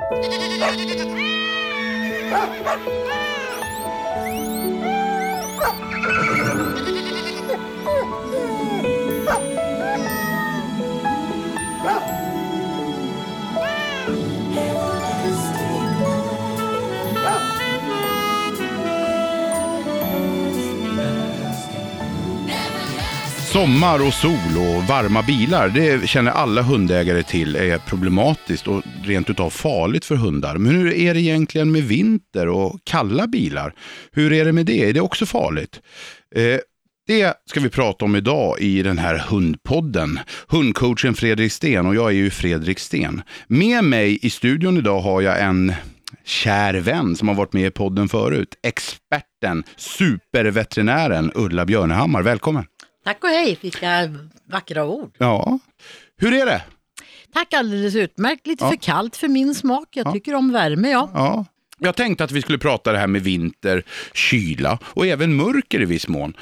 Sommar och sol och varma bilar, det känner alla hundägare till är problematiskt och rent utav farligt för hundar. Men hur är det egentligen med vinter och kalla bilar? Hur är det med det? Är det också farligt? Det ska vi prata om idag i den här hundpodden. Hundcoachen Fredrik Sten, och jag är ju Fredrik Sten. Med mig i studion idag har jag en kär vän som har varit med i podden förut. Experten, superveterinären Ulla Björnehammar. Välkommen! Tack och hej, vilka vackra ord. Ja, hur är det? Tack, alldeles utmärkt. Lite för kallt för min smak. Jag tycker om värme, ja. Jag tänkte att vi skulle prata det här med vinter, kyla och även mörker i viss mån.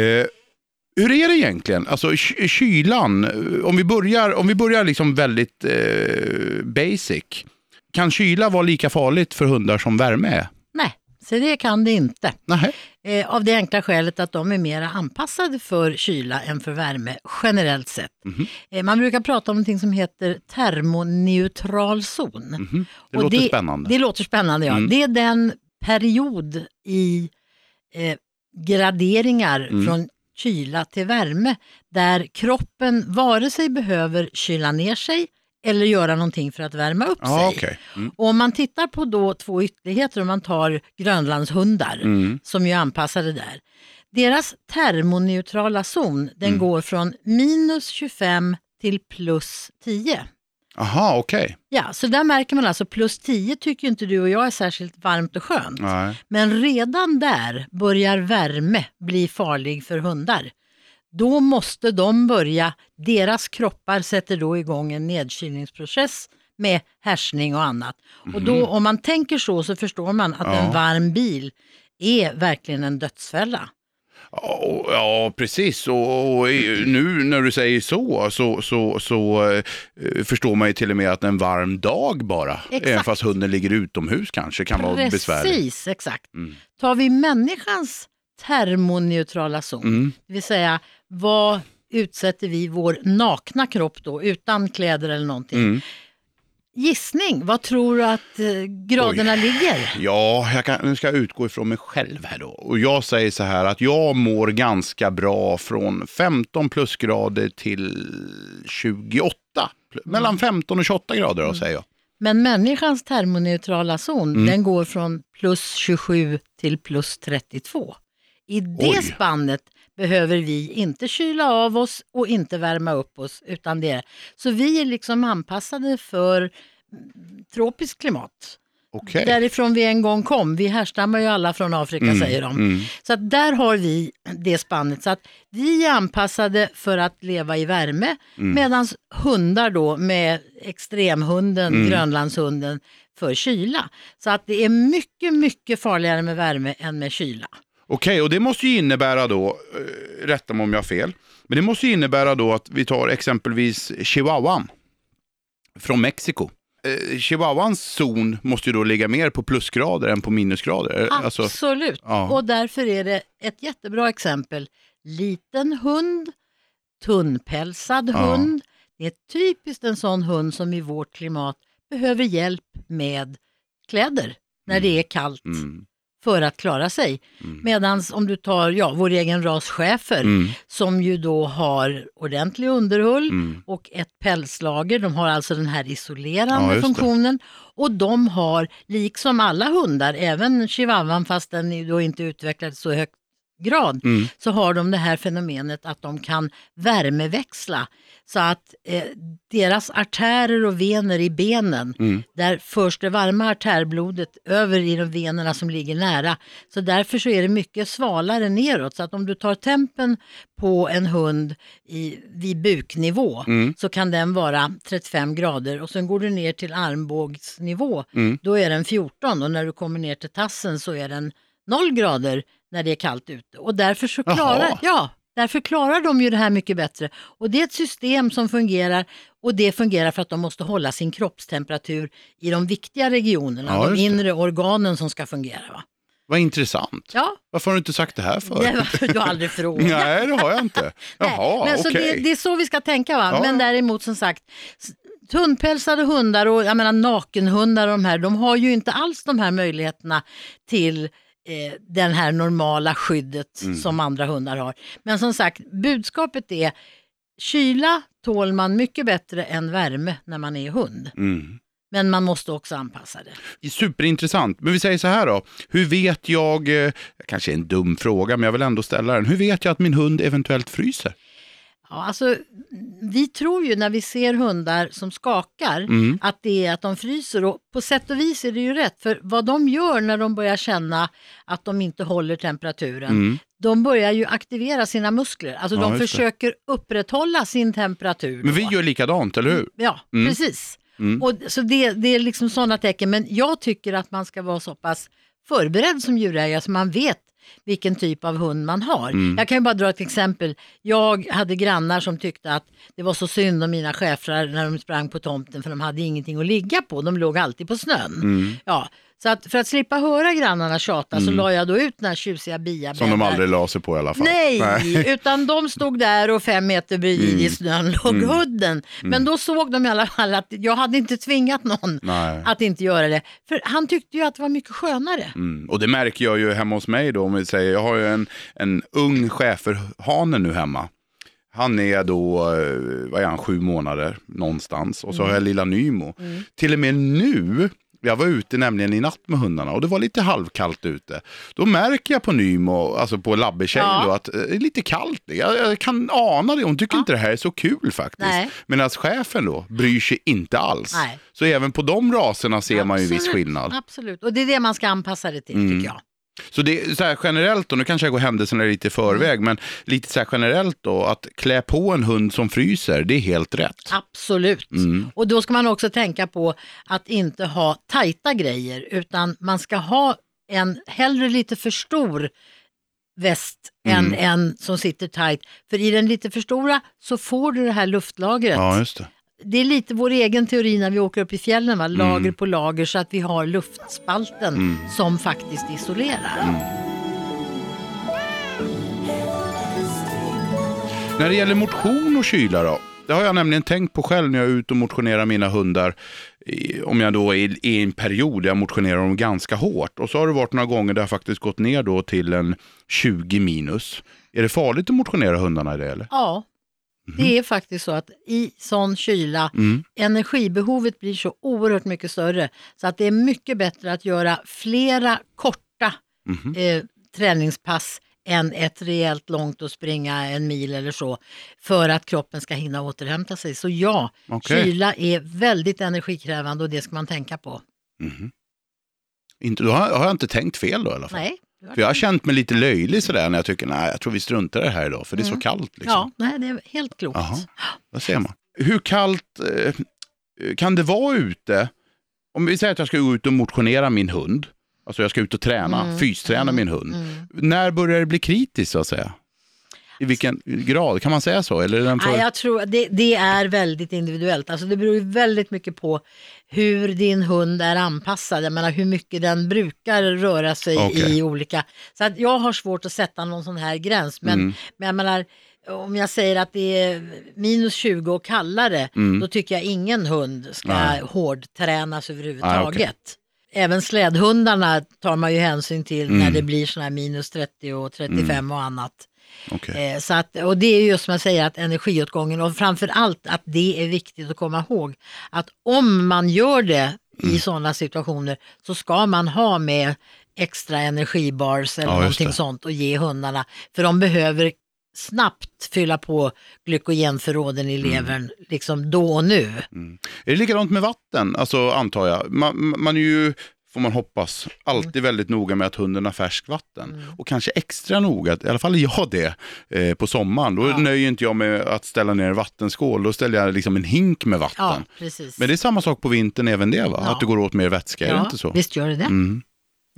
Hur är det egentligen? Alltså kylan, om vi börjar liksom väldigt basic. Kan kyla vara lika farligt för hundar som värme är? Nej, så det kan det inte. Nej. Av det enkla skälet att de är mer anpassade för kyla än för värme generellt sett. Mm-hmm. Man brukar prata om någonting som heter termoneutral zon. Mm-hmm. Det låter spännande. Det låter spännande, ja. Det är den period i graderingar från kyla till värme där kroppen vare sig behöver kyla ner sig eller göra någonting för att värma upp sig. Okay. Och om man tittar på då två ytterligheter, om man tar grönlandshundar som ju är anpassade där. Deras termoneutrala zon, den går från minus 25 till plus 10. Aha, okej. Okay. Ja, så där märker man alltså plus 10 tycker inte du och jag är särskilt varmt och skönt. Nej. Men redan där börjar värme bli farlig för hundar. Då måste de börja, deras kroppar sätter då igång en nedkylningsprocess med härsning och annat. Och då, om man tänker så förstår man att en varm bil är verkligen en dödsfälla. Ja, precis. Och nu när du säger så förstår man ju till och med att en varm dag bara, även fast hunden ligger utomhus kanske, kan vara besvärlig. Precis, exakt. Tar vi människans termoneutrala zon, det vill säga vad utsätter vi vår nakna kropp då utan kläder eller någonting. Gissning, vad tror du att graderna ligger? Ja, nu ska jag utgå ifrån mig själv här då. Och jag säger så här att jag mår ganska bra från 15 plusgrader till 28. Mellan 15 och 28 grader då, säger jag. Men människans termoneutrala zon, den går från plus 27 till plus 32. I det spannet behöver vi inte kyla av oss och inte värma upp oss utan det. Så vi är liksom anpassade för tropiskt klimat. Okay. Därifrån vi en gång kom. Vi härstammar ju alla från Afrika säger de. Så att där har vi det spannet. Så att vi är anpassade för att leva i värme medan hundar då med extremhunden, grönlandshunden för kyla. Så att det är mycket, mycket farligare med värme än med kyla. Okej, och det måste ju innebära då, rätta mig om jag har fel, men det måste ju innebära då att vi tar exempelvis chihuahuan från Mexiko. Chihuahuans zon måste ju då ligga mer på plusgrader än på minusgrader. Absolut, och därför är det ett jättebra exempel. Liten hund, tunnpälsad hund, det är typiskt en sån hund som i vårt klimat behöver hjälp med kläder när det är kallt. För att klara sig. Medan om du tar vår egen ras schäfer som ju då har ordentlig underhull och ett pälslager. De har alltså den här isolerande funktionen. Och de har, liksom alla hundar, även chihuahuan fast den då inte utvecklad så högt grad, så har de det här fenomenet att de kan värmeväxla. Så att deras artärer och vener i benen, där förs det varma artärblodet över i de venerna som ligger nära. Så därför så är det mycket svalare neråt. Så att om du tar tempen på en hund vid buknivå så kan den vara 35 grader. Och sen går du ner till armbågsnivå, då är den 14. Och när du kommer ner till tassen så är den 0 grader när det är kallt ute. Och därför så Därför klarar de ju det här mycket bättre. Och det är ett system som fungerar, och det fungerar för att de måste hålla sin kroppstemperatur i de viktiga regionerna, de inre organen som ska fungera. Va? Vad intressant. Ja. Varför har du inte sagt det här för? Du har aldrig frågat. Nej, det har jag inte. Jaha, men så det är så vi ska tänka, va? Ja. Men däremot som sagt, tunnpälsade hundar och jag menar nakenhundar och de har ju inte alls de här möjligheterna till den här normala skyddet som andra hundar har. Men som sagt, budskapet är kyla tål man mycket bättre än värme när man är hund. Men man måste också anpassa det. Superintressant. Men vi säger så här då. Hur vet jag, kanske en dum fråga men jag vill ändå ställa den. Hur vet jag att min hund eventuellt fryser? Ja, alltså, vi tror ju när vi ser hundar som skakar att det är att de fryser, och på sätt och vis är det ju rätt, för vad de gör när de börjar känna att de inte håller temperaturen, de börjar ju aktivera sina muskler, alltså de försöker upprätthålla sin temperatur. Men vi gör likadant, eller hur? Ja, precis. Och så det är liksom sådana tecken, men jag tycker att man ska vara så pass förberedd som djurägare så man vet vilken typ av hund man har. Jag kan ju bara dra ett exempel. Jag hade grannar som tyckte att det var så synd om mina schäfrar när de sprang på tomten, för de hade ingenting att ligga på. De låg alltid på snön. Ja, så att för att slippa höra grannarna tjata så la jag då ut den här tjusiga biabäddar. Som de aldrig la sig på i alla fall. Nej, utan de stod där och 5 meter bredvid i snön låg hudden. Men då såg de i alla fall att jag hade inte tvingat någon att inte göra det. För han tyckte ju att det var mycket skönare. Och det märker jag ju hemma hos mig då, om vi säger, jag har ju en ung schäferhane nu hemma. Han är då, vad är han, 7 månader någonstans. Och så har jag lilla Nymo. Till och med nu, jag var ute nämligen i natt med hundarna och det var lite halvkallt ute. Då märker jag på Nymo, alltså på labbetjejen då, att det är lite kallt. Jag kan ana det, hon tycker inte det här är så kul faktiskt. Medan chefen då bryr sig inte alls. Så även på de raserna ser man ju viss skillnad. Absolut, och det är det man ska anpassa det till tycker jag. Så det är så här generellt, och nu kanske jag går händelserna lite i förväg, men lite så här generellt då, att klä på en hund som fryser, det är helt rätt. Absolut. Och då ska man också tänka på att inte ha tajta grejer, utan man ska ha en hellre lite för stor väst än en som sitter tajt. För i den lite för stora så får du det här luftlagret. Ja, just det. Det är lite vår egen teori när vi åker upp i fjällen, va? Lager på lager, så att vi har luftspalten som faktiskt isolerar. När det gäller motion och kyla då, det har jag nämligen tänkt på själv när jag är ute och motionerar mina hundar. Om jag då är i en period där jag motionerar dem ganska hårt. Och så har det varit några gånger där jag faktiskt gått ner då till en 20 minus. Är det farligt att motionera hundarna i det eller? Ja. Det är faktiskt så att i sån kyla energibehovet blir så oerhört mycket större, så att det är mycket bättre att göra flera korta träningspass än ett rejält långt och springa 1 mil eller så, för att kroppen ska hinna återhämta sig. Så ja, kyla är väldigt energikrävande och det ska man tänka på. Då har jag inte tänkt fel då i alla fall. Nej. För jag har känt mig lite löjlig sådär när jag tycker, nej, jag tror vi struntar det här idag, för det är så kallt liksom. Ja, nej, det är helt klokt. Jaha, där ser man. Hur kallt kan det vara ute? Om vi säger att jag ska gå ut och motionera min hund, alltså jag ska ut och träna, fysträna min hund. När börjar det bli kritiskt så att säga? I vilken grad? Kan man säga så? Eller är den för... Nej, jag tror det är väldigt individuellt. Alltså det beror ju väldigt mycket på hur din hund är anpassad. Jag menar hur mycket den brukar röra sig i olika... Så att jag har svårt att sätta någon sån här gräns. Men jag menar, om jag säger att det är minus 20 och kallare, då tycker jag ingen hund ska hårdtränas överhuvudtaget. Även slädhundarna tar man ju hänsyn till när det blir såna här minus 30 och 35 och annat. Så att, och det är just som jag säger, att energiåtgången, och framförallt att det är viktigt att komma ihåg att om man gör det i sådana situationer så ska man ha med extra energibars eller någonting sånt och ge hundarna, för de behöver snabbt fylla på glykogenförråden i levern liksom då och nu. Är det likadant med vatten? Alltså antar jag, man är ju, får man hoppas, alltid väldigt noga med att hunden har färskt vatten. Och kanske extra noga, i alla fall är jag det på sommaren. Då nöjer inte jag med att ställa ner en vattenskål. Då ställer jag liksom en hink med vatten. Ja, precis. Men det är samma sak på vintern även det, va? Att det går åt mer vätska, är det inte så? Visst gör det det.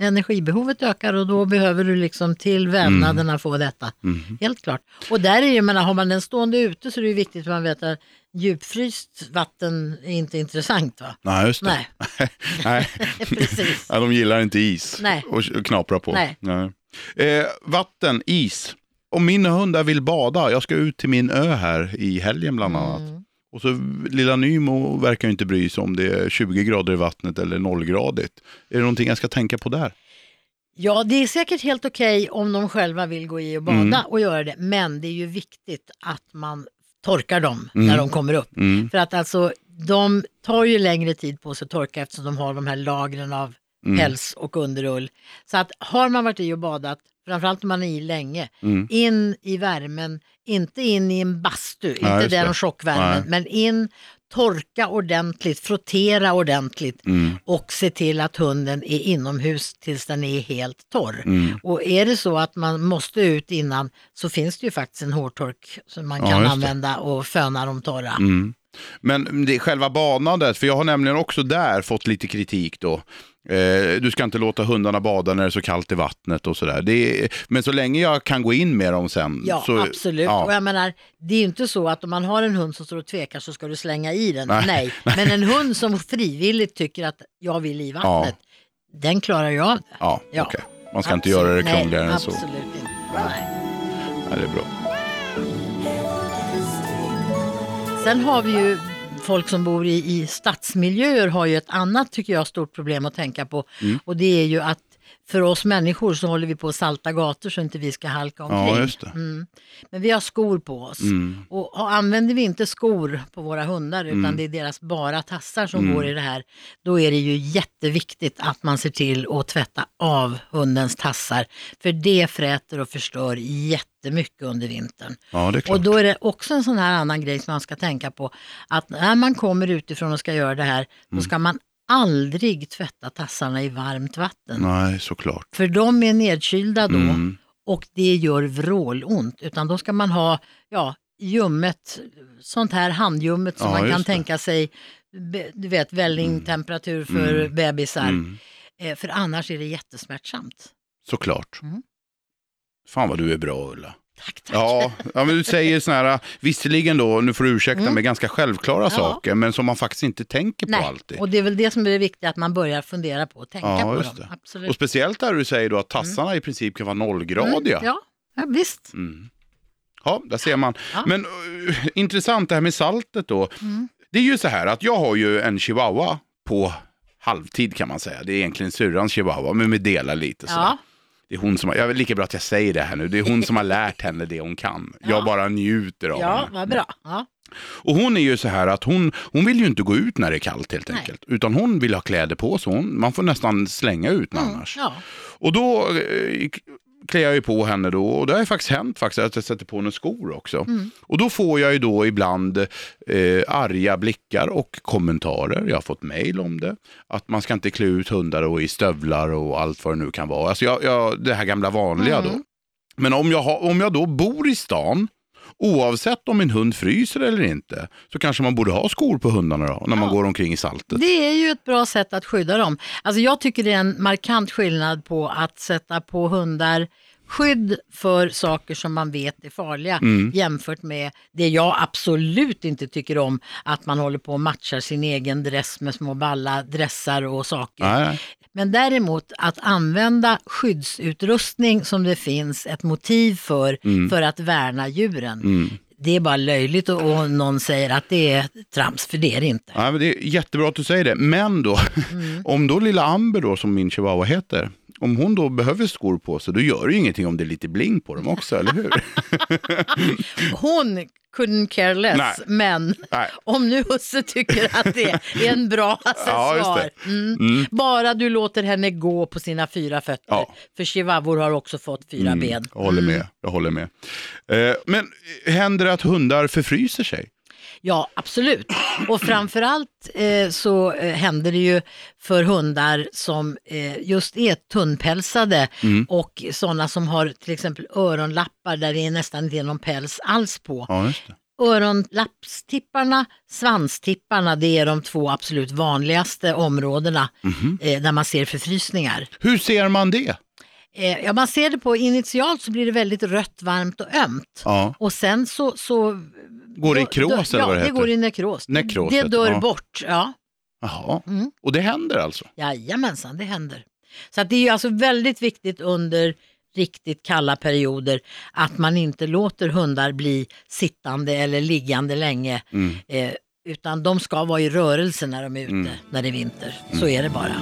energibehovet ökar och då behöver du liksom till vävnaderna få detta. Helt klart. Och där är ju, har man den stående ute så är det viktigt att man vet att djupfryst vatten är inte intressant, va? Nej, just det. Nej. Precis. Ja, de gillar inte is. Nej. Och knapra på. Nej. Vatten, is. Om mina hundar vill bada, jag ska ut till min ö här i helgen bland annat. Och så lilla Nymo verkar inte bry sig om det är 20 grader i vattnet eller 0-gradigt. Är det någonting jag ska tänka på där? Ja, det är säkert helt okej om de själva vill gå i och bada och göra det. Men det är ju viktigt att man torkar dem när de kommer upp. För att alltså, de tar ju längre tid på sig att torka eftersom de har de här lagren av päls och underull. Så att har man varit i och badat, framförallt om man är i länge, in i värmen, inte in i en bastu, inte den chockvärmen, men in, torka ordentligt, frottera ordentligt och se till att hunden är inomhus tills den är helt torr. Och är det så att man måste ut innan så finns det ju faktiskt en hårtork som man kan använda och föna dem torra. Men det är själva badandet, för jag har nämligen också där fått lite kritik då. Du ska inte låta hundarna bada när det är så kallt i vattnet och sådär. Men så länge jag kan gå in med dem sen. Ja, så, absolut. Ja. Och jag menar, det är ju inte så att om man har en hund som står och tvekar så ska du slänga i den. Nej. Men en hund som frivilligt tycker att jag vill i vattnet, den klarar jag av det. Ja. Okej. Man ska inte göra det krångligare än så. Absolut inte. Nej, det är bra. Sen har vi ju folk som bor i stadsmiljöer har ju ett annat, tycker jag, stort problem att tänka på. Och det är ju att för oss människor så håller vi på att salta gator så inte vi ska halka omkring. Ja, just det. Men vi har skor på oss. Och använder vi inte skor på våra hundar utan det är deras bara tassar som går i det här, då är det ju jätteviktigt att man ser till att tvätta av hundens tassar. För det fräter och förstör jättemycket under vintern. Ja, det är klart. Och då är det också en sån här annan grej som man ska tänka på. Att när man kommer utifrån och ska göra det här, då ska man aldrig tvätta tassarna i varmt vatten. Nej, såklart. För de är nedkylda då och det gör vrålont. Utan då ska man ha ljummet, sånt här handljummet som man kan tänka sig, du vet, vällingtemperatur för bebisar. För annars är det jättesmärtsamt. Såklart. Fan vad du är bra, Ulla. Tack. Ja, men du säger såna här, visserligen då, nu får du ursäkta med ganska självklara saker, men som man faktiskt inte tänker på alltid. Och det är väl det som är det viktiga, att man börjar fundera på och tänka på dem. Absolut. Och speciellt där du säger då att tassarna i princip kan vara 0-gradiga. Ja, visst. Ja, där ser man. Ja. Men intressant det här med saltet då. Det är ju så här att jag har ju en chihuahua på halvtid kan man säga. Det är egentligen syrrans chihuahua, men vi delar lite så. Ja. Det är hon som jag är lika bra att jag säger det här nu. Det är hon som har lärt henne det hon kan. Jag bara njuter av henne. Ja, vad bra. Ja. Och hon är ju så här att hon vill ju inte gå ut när det är kallt helt enkelt. Utan hon vill ha kläder på så man får nästan slänga ut annars. Ja. Och då klär jag ju på henne då, och det har ju faktiskt hänt att jag sätter på henne skor också. Och då får jag ju då ibland arga blickar och kommentarer. Jag har fått mejl om det. Att man ska inte klä ut hundar och i stövlar och allt vad det nu kan vara. Alltså det här gamla vanliga då. Men om jag då bor i stan, oavsett om min hund fryser eller inte, så kanske man borde ha skor på hundarna då, när man går omkring i saltet. Det är ju ett bra sätt att skydda dem. Alltså jag tycker det är en markant skillnad på att sätta på hundar skydd för saker som man vet är farliga jämfört med det jag absolut inte tycker om, att man håller på och matchar sin egen dress med små balla dressar och saker. Nej. Men däremot att använda skyddsutrustning som det finns ett motiv för att värna djuren. Det är bara löjligt och någon säger att det är trams, för det är det inte. Ja, men det är jättebra att du säger det. Men då, om då lilla Amber då, som min chihuahua heter, om hon då behöver skor på sig, då gör det ju ingenting om det är lite bling på dem också, eller hur? Hon couldn't care less, men om nu husse tycker att det är en bra accessoar. Bara du låter henne gå på sina 4 fötter. Ja. För chihuahuor har också fått 4 ben. Jag håller med. Men händer det att hundar förfryser sig? Ja, absolut. Och framförallt så händer det ju för hundar som just är tunnpälsade och sådana som har till exempel öronlappar där det är nästan inte någon päls alls på. Ja, just det. Öronlappstipparna, svanstipparna, det är de 2 absolut vanligaste områdena där man ser förfrysningar. Hur ser man det? Ja, man ser det på initialt så blir det väldigt rött, varmt och ömt. Ja. Och sen så går det i krås eller vad det heter? Ja, det går i nekros. Nekros det dör bort, ja. Jaha, och det händer alltså? Jajamensan, det händer. Så att det är ju alltså väldigt viktigt under riktigt kalla perioder att man inte låter hundar bli sittande eller liggande länge. Utan de ska vara i rörelse när de är ute, när det är vinter. Så är det bara.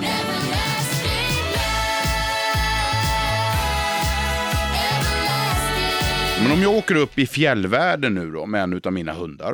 Men om jag åker upp i fjällvärlden nu då med en av mina hundar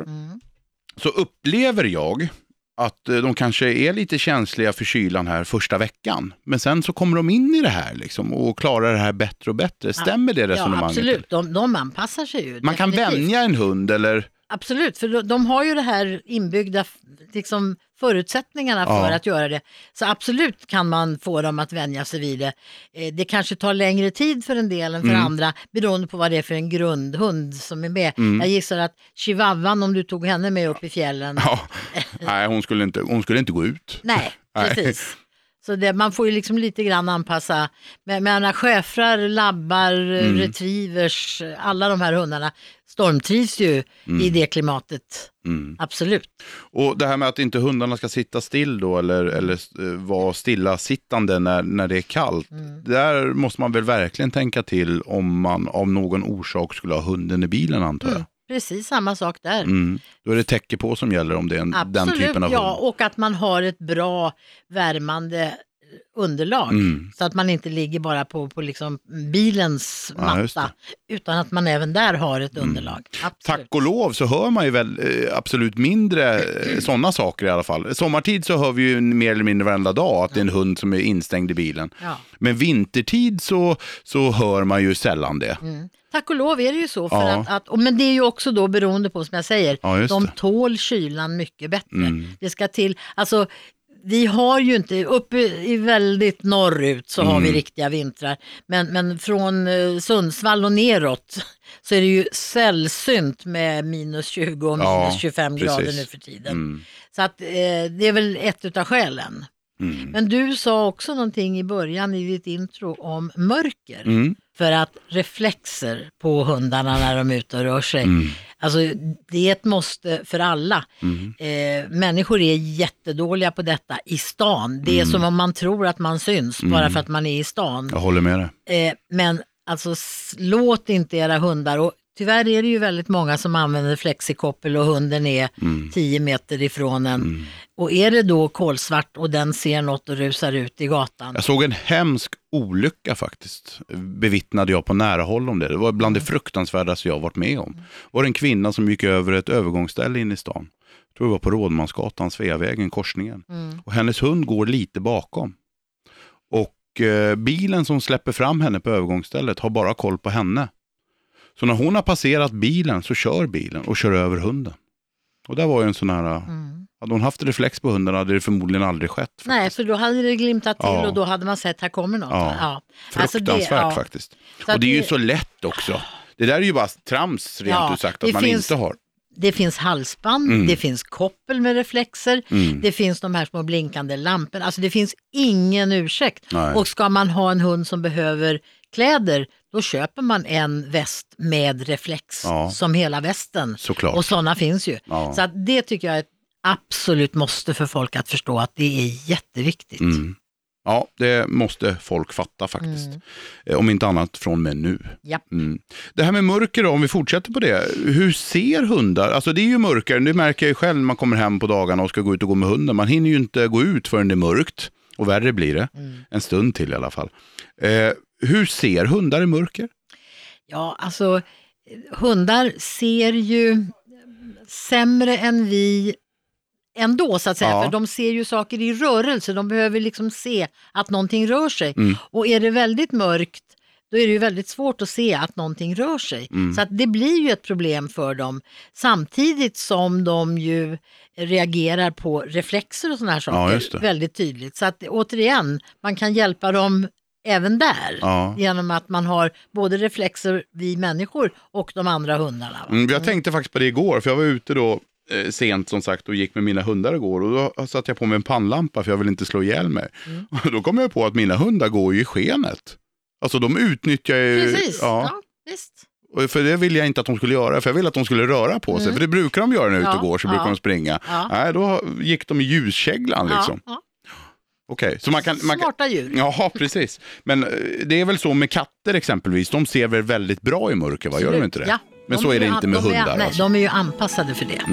så upplever jag att de kanske är lite känsliga för kylan här första veckan. Men sen så kommer de in i det här liksom, och klarar det här bättre och bättre. Stämmer det resonemanget? Ja, absolut. De anpassar sig ju. Man kan vänja en hund eller... Absolut, för de har ju det här inbyggda liksom, förutsättningarna för att göra det. Så absolut kan man få dem att vänja sig vid det. Det kanske tar längre tid för en del än för andra, beroende på vad det är för en grundhund som är med. Jag gissar att chihuahuan, om du tog henne med upp i fjällen... Ja. Nej, hon skulle inte gå ut. Nej, precis. Så man får ju liksom lite grann anpassa. Men schäfrar, labbar, retrievers, alla de här hundarna stormtrivs ju i det klimatet. Absolut. Och det här med att inte hundarna ska sitta still då eller vara stillasittande när det är kallt. Där måste man väl verkligen tänka till om man av någon orsak skulle ha hunden i bilen, antar jag. Precis samma sak där. Då är det täcke på som gäller om det är den typen av hund. Ja, och att man har ett bra värmande underlag. Så att man inte ligger bara på liksom bilens matta, utan att man även där har ett underlag. Tack och lov så hör man ju väl absolut mindre sådana saker i alla fall. Sommartid så hör vi ju mer eller mindre varenda dag att det är en hund som är instängd i bilen. Ja. Men vintertid så hör man ju sällan det. Tack och lov är det ju så. Men det är ju också då beroende på, som jag säger, de tål kylan mycket bättre. Det ska till, alltså vi har ju inte, uppe i väldigt norrut så har vi riktiga vintrar. Men från Sundsvall och neråt så är det ju sällsynt med minus 20 och minus 25 grader nu för tiden. Så att det är väl ett utav skälen. Men du sa också någonting i början i ditt intro om mörker. För att reflexer på hundarna när de är ute och rör sig. Alltså det är ett måste för alla. Människor är jättedåliga på detta i stan. Det är som om man tror att man syns bara för att man är i stan. Jag håller med dig. Men alltså låt inte era hundar, och tyvärr är det ju väldigt många som använder flexikoppel och hunden är 10 meter ifrån en. Och är det då kolsvart och den ser något och rusar ut i gatan. Jag såg en hemsk olycka faktiskt. Bevittnade jag på nära håll om det. Det var bland det fruktansvärdaste jag varit med om. Det var en kvinna som gick över ett övergångsställe in i stan. Jag tror det var på Rådmansgatan, Sveavägen, korsningen. Och hennes hund går lite bakom. Och bilen som släpper fram henne på övergångsstället har bara koll på henne. Så när hon har passerat bilen så kör bilen och kör över hunden. Och där var ju en sån här... Hade hon haft reflex på hunden hade det förmodligen aldrig skett. Faktiskt. Nej, för då hade det glimtat till och då hade man sett här kommer något. Ja. Fruktansvärt faktiskt. Så och det är ju så lätt också. Det där är ju bara trams rent ut sagt att man inte har. Det finns halsband, det finns koppel med reflexer, det finns de här små blinkande lamporna. Alltså det finns ingen ursäkt. Nej. Och ska man ha en hund som behöver kläder, då köper man en väst med reflex som hela västen. Såklart. Och sådana finns ju. Ja. Så att det tycker jag är ett absolut måste för folk att förstå att det är jätteviktigt. Ja, det måste folk fatta faktiskt. Om inte annat från mig nu. Japp. Det här med mörker då, om vi fortsätter på det. Hur ser hundar? Alltså det är ju mörker, det märker jag ju själv när man kommer hem på dagarna och ska gå ut och gå med hunden. Man hinner ju inte gå ut förrän det är mörkt. Och värre blir det. En stund till i alla fall. Hur ser hundar i mörker? Ja, alltså hundar ser ju sämre än vi ändå så att säga, för de ser ju saker i rörelse, de behöver liksom se att någonting rör sig. Och är det väldigt mörkt, då är det ju väldigt svårt att se att någonting rör sig. Så att det blir ju ett problem för dem, samtidigt som de ju reagerar på reflexer och såna här saker väldigt tydligt. Så att återigen, man kan hjälpa dem även där. Genom att man har både reflexer vi människor och de andra hundarna. Jag tänkte faktiskt på det igår, för jag var ute då sent som sagt och gick med mina hundar igår, och då satte jag på mig en pannlampa för jag vill inte slå ihjäl mig. Och då kom jag på att mina hundar går ju i skenet. Alltså de utnyttjar ju... Precis, ja visst. Och för det vill jag inte att de skulle göra, för jag vill att de skulle röra på sig, för det brukar de göra när ute och går, så brukar de springa. Nej, då gick de i ljuskäglan liksom. Okej, så man kan... Smarta djur. Ja, precis. Men det är väl så med katter exempelvis, de ser väl väldigt bra i mörker, va? Gör de inte det? Ja. Men så är det inte med hundar. Nej, de är ju anpassade för det.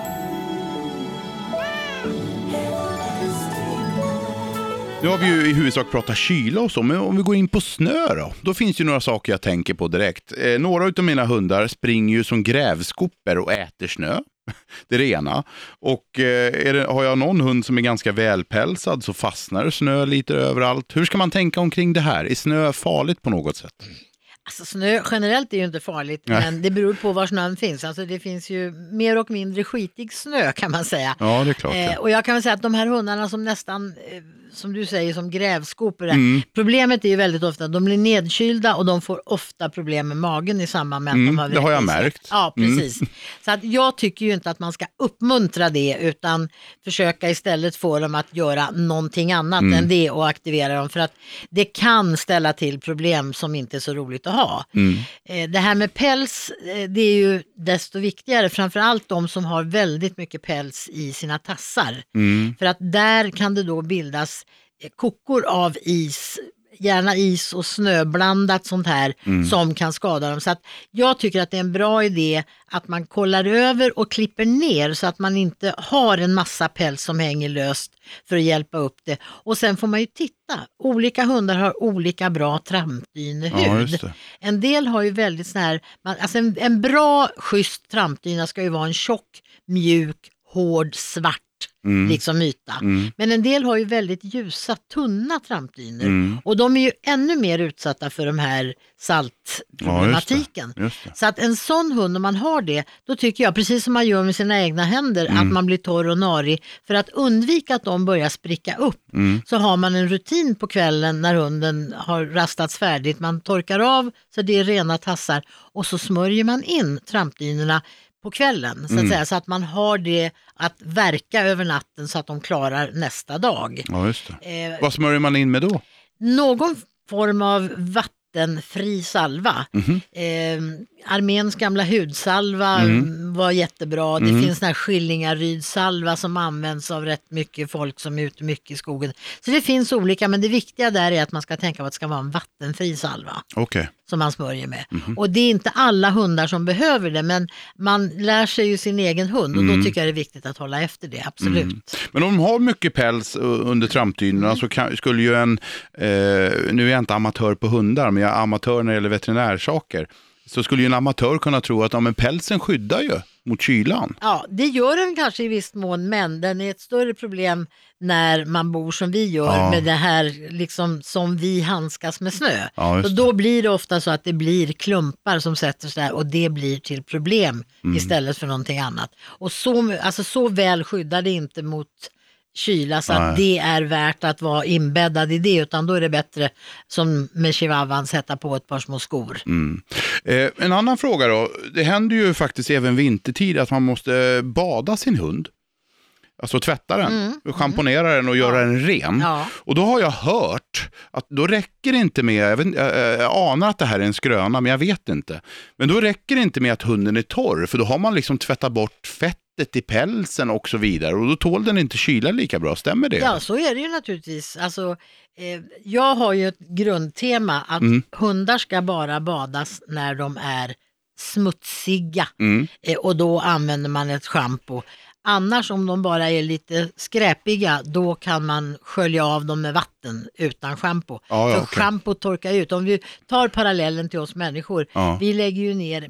Nu har vi ju i huvudsak pratat kyla och så, men om vi går in på snö då finns ju några saker jag tänker på direkt. Några av mina hundar springer ju som grävskopor och äter snö. Det är det ena. Och har jag någon hund som är ganska välpälsad så fastnar snö lite överallt. Hur ska man tänka omkring det här? Är snö farligt på något sätt? Alltså snö generellt är ju inte farligt, men det beror på var snön finns. Alltså det finns ju mer och mindre skitig snö kan man säga. Ja, det är klart. Och jag kan väl säga att de här hundarna som nästan, som du säger, som grävskopor. Problemet är ju väldigt ofta att de blir nedkylda och de får ofta problem med magen i samband med att de har det har jag märkt. Ja, precis. Så att jag tycker ju inte att man ska uppmuntra det, utan försöka istället få dem att göra någonting annat än det och aktivera dem, för att det kan ställa till problem som inte är så roligt att ha. Det här med päls, det är ju desto viktigare, framförallt de som har väldigt mycket päls i sina tassar. För att där kan det då bildas kokor av is, gärna is och snöblandat sånt här som kan skada dem. Så att jag tycker att det är en bra idé att man kollar över och klipper ner så att man inte har en massa päls som hänger löst för att hjälpa upp det. Och sen får man ju titta. Olika hundar har olika bra trampdynehud. Ja, en del har ju väldigt sån här, alltså en bra schysst trampdyna ska ju vara en tjock, mjuk, hård, svart liksom yta. Men en del har ju väldigt ljusa, tunna trampdynor. Och de är ju ännu mer utsatta för de här saltproblematiken. Just det. Så att en sån hund, om man har det, då tycker jag, precis som man gör med sina egna händer, att man blir torr och narig. För att undvika att de börjar spricka upp så har man en rutin på kvällen när hunden har rastats färdigt. Man torkar av så det är rena tassar och så smörjer man in trampdynorna på kvällen så att säga, så att man har det att verka över natten så att de klarar nästa dag. Ja, just det. Vad smörjer man in med då? Någon form av vattenfri salva. Arméns gamla hudsalva var jättebra. Det finns den här Skillingaryd-salva som används av rätt mycket folk som är ute mycket i skogen. Så det finns olika, men det viktiga där är att man ska tänka på att det ska vara en vattenfri salva. Okej. Som man smörjer med. Och det är inte alla hundar som behöver det, men man lär sig ju sin egen hund och då tycker jag det är viktigt att hålla efter det, absolut. Men om de har mycket päls under trampdynorna så skulle ju nu är jag inte amatör på hundar, men jag är amatör när det gäller veterinärsaker. Så skulle ju en amatör kunna tro att men pälsen skyddar ju mot kylan. Ja, det gör den kanske i viss mån, men den är ett större problem när man bor som vi gör med det här liksom som vi handskas med snö. Ja, så då blir det ofta så att det blir klumpar som sätter sig där och det blir till problem istället för någonting annat. Och så väl skyddar det inte mot kyla så att det är värt att vara inbäddad i det, utan då är det bättre som med chihuahuan sätta på ett par små skor. En annan fråga då, det händer ju faktiskt även vintertid att man måste bada sin hund. Alltså tvätta den, schamponera den och göra den ren. Ja. Och då har jag hört att då räcker det inte med, jag anar att det här är en skröna men jag vet inte. Men då räcker det inte med att hunden är torr, för då har man liksom tvättat bort fettet i pälsen och så vidare. Och då tål den inte kyla lika bra, stämmer det? Ja, så är det ju naturligtvis. Alltså, jag har ju ett grundtema att hundar ska bara badas när de är smutsiga. Och då använder man ett shampoo. Annars om de bara är lite skräpiga, då kan man skölja av dem med vatten utan shampoo. För shampoo torkar ut. Om vi tar parallellen till oss människor, vi lägger ju ner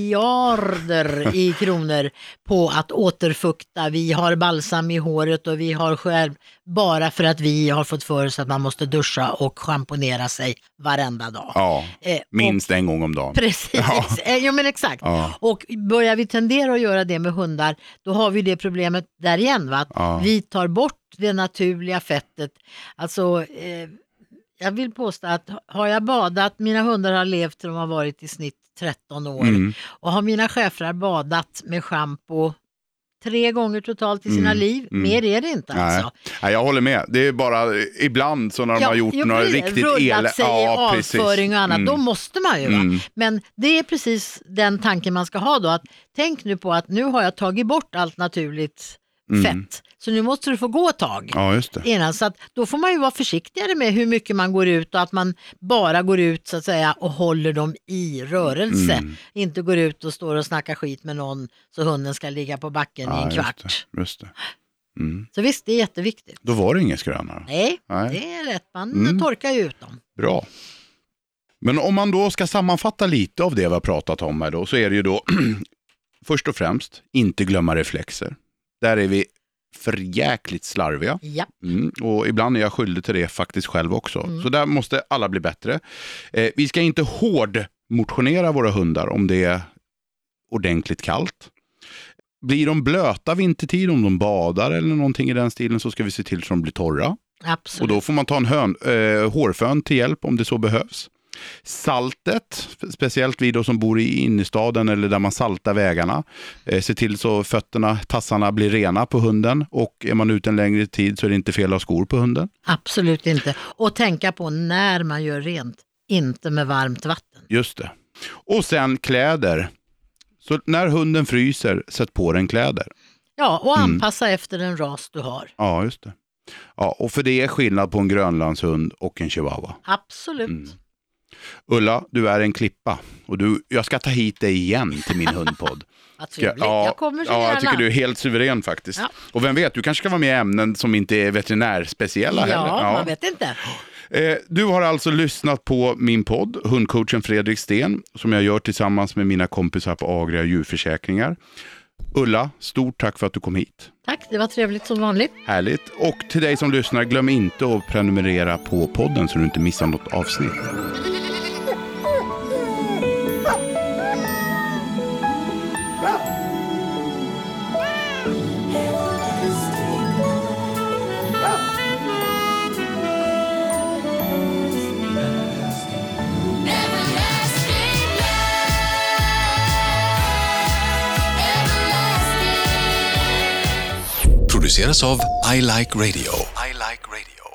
miljarder i kronor på att återfukta. Vi har balsam i håret och vi har själv, bara för att vi har fått för oss att man måste duscha och schamponera sig varenda dag. Ja, minst en gång om dagen. Precis, ja men exakt. Ja. Och börjar vi tendera att göra det med hundar, då har vi det problemet där igen, va? Vi tar bort det naturliga fettet. Alltså jag vill påstå att har jag badat, mina hundar har levt till de har varit i snitt 13 år. Och har mina schäfrar badat med shampoo 3 gånger totalt i sina liv. Mer är det inte alltså. Nej, jag håller med. Det är bara ibland så när de har gjort några riktigt rullat sig i avföring och annat. Då måste man ju. Va? Men det är precis den tanken man ska ha då. Att tänk nu på att nu har jag tagit bort allt naturligt fett. Så nu måste du få gå ett tag. Ja, just det. Innan, så att då får man ju vara försiktigare med hur mycket man går ut och att man bara går ut så att säga och håller dem i rörelse. Inte går ut och står och snackar skit med någon så hunden ska ligga på backen i en kvart. Just det. Så visst, det är jätteviktigt. Då var det ingen skröna. Nej, det är rätt. Man torkar ju ut dem. Bra. Men om man då ska sammanfatta lite av det vi har pratat om här då, så är det ju då först och främst inte glömma reflexer. Där är vi för jäkligt slarviga. Ja. Och ibland är jag skyldig till det faktiskt själv också. Så där måste alla bli bättre. Vi ska inte hårdmotionera våra hundar om det är ordentligt kallt. Blir de blöta vintertid, om de badar eller någonting i den stilen, så ska vi se till så de blir torra. Absolut. Och då får man ta en hårfön till hjälp om det så behövs. Saltet, speciellt vi då som bor i innerstaden eller där man saltar vägarna. Se till så fötterna, tassarna blir rena på hunden, och är man ute en längre tid så är det inte fel att ha skor på hunden. Absolut inte. Och tänka på när man gör rent, inte med varmt vatten. Just det. Och sen kläder. Så när hunden fryser, sätt på den kläder. Ja, och anpassa efter den ras du har. Ja, just det. Ja, och för det är skillnad på en grönlandshund och en chihuahua. Absolut. Ulla, du är en klippa. Och jag ska ta hit dig igen till min hundpodd. Vad trevligt. Jag kommer så gärna. Jag tycker du är helt suverän faktiskt. Ja. Och vem vet, du kanske ska vara med i ämnen som inte är veterinärspeciella heller. Ja, man vet inte. Du har alltså lyssnat på min podd, hundcoachen Fredrik Sten, som jag gör tillsammans med mina kompisar på Agria djurförsäkringar. Ulla, stort tack för att du kom hit. Tack, det var trevligt som vanligt. Härligt. Och till dig som lyssnar, glöm inte att prenumerera på podden så du inte missar något avsnitt. Produceras av I Like Radio. I Like Radio.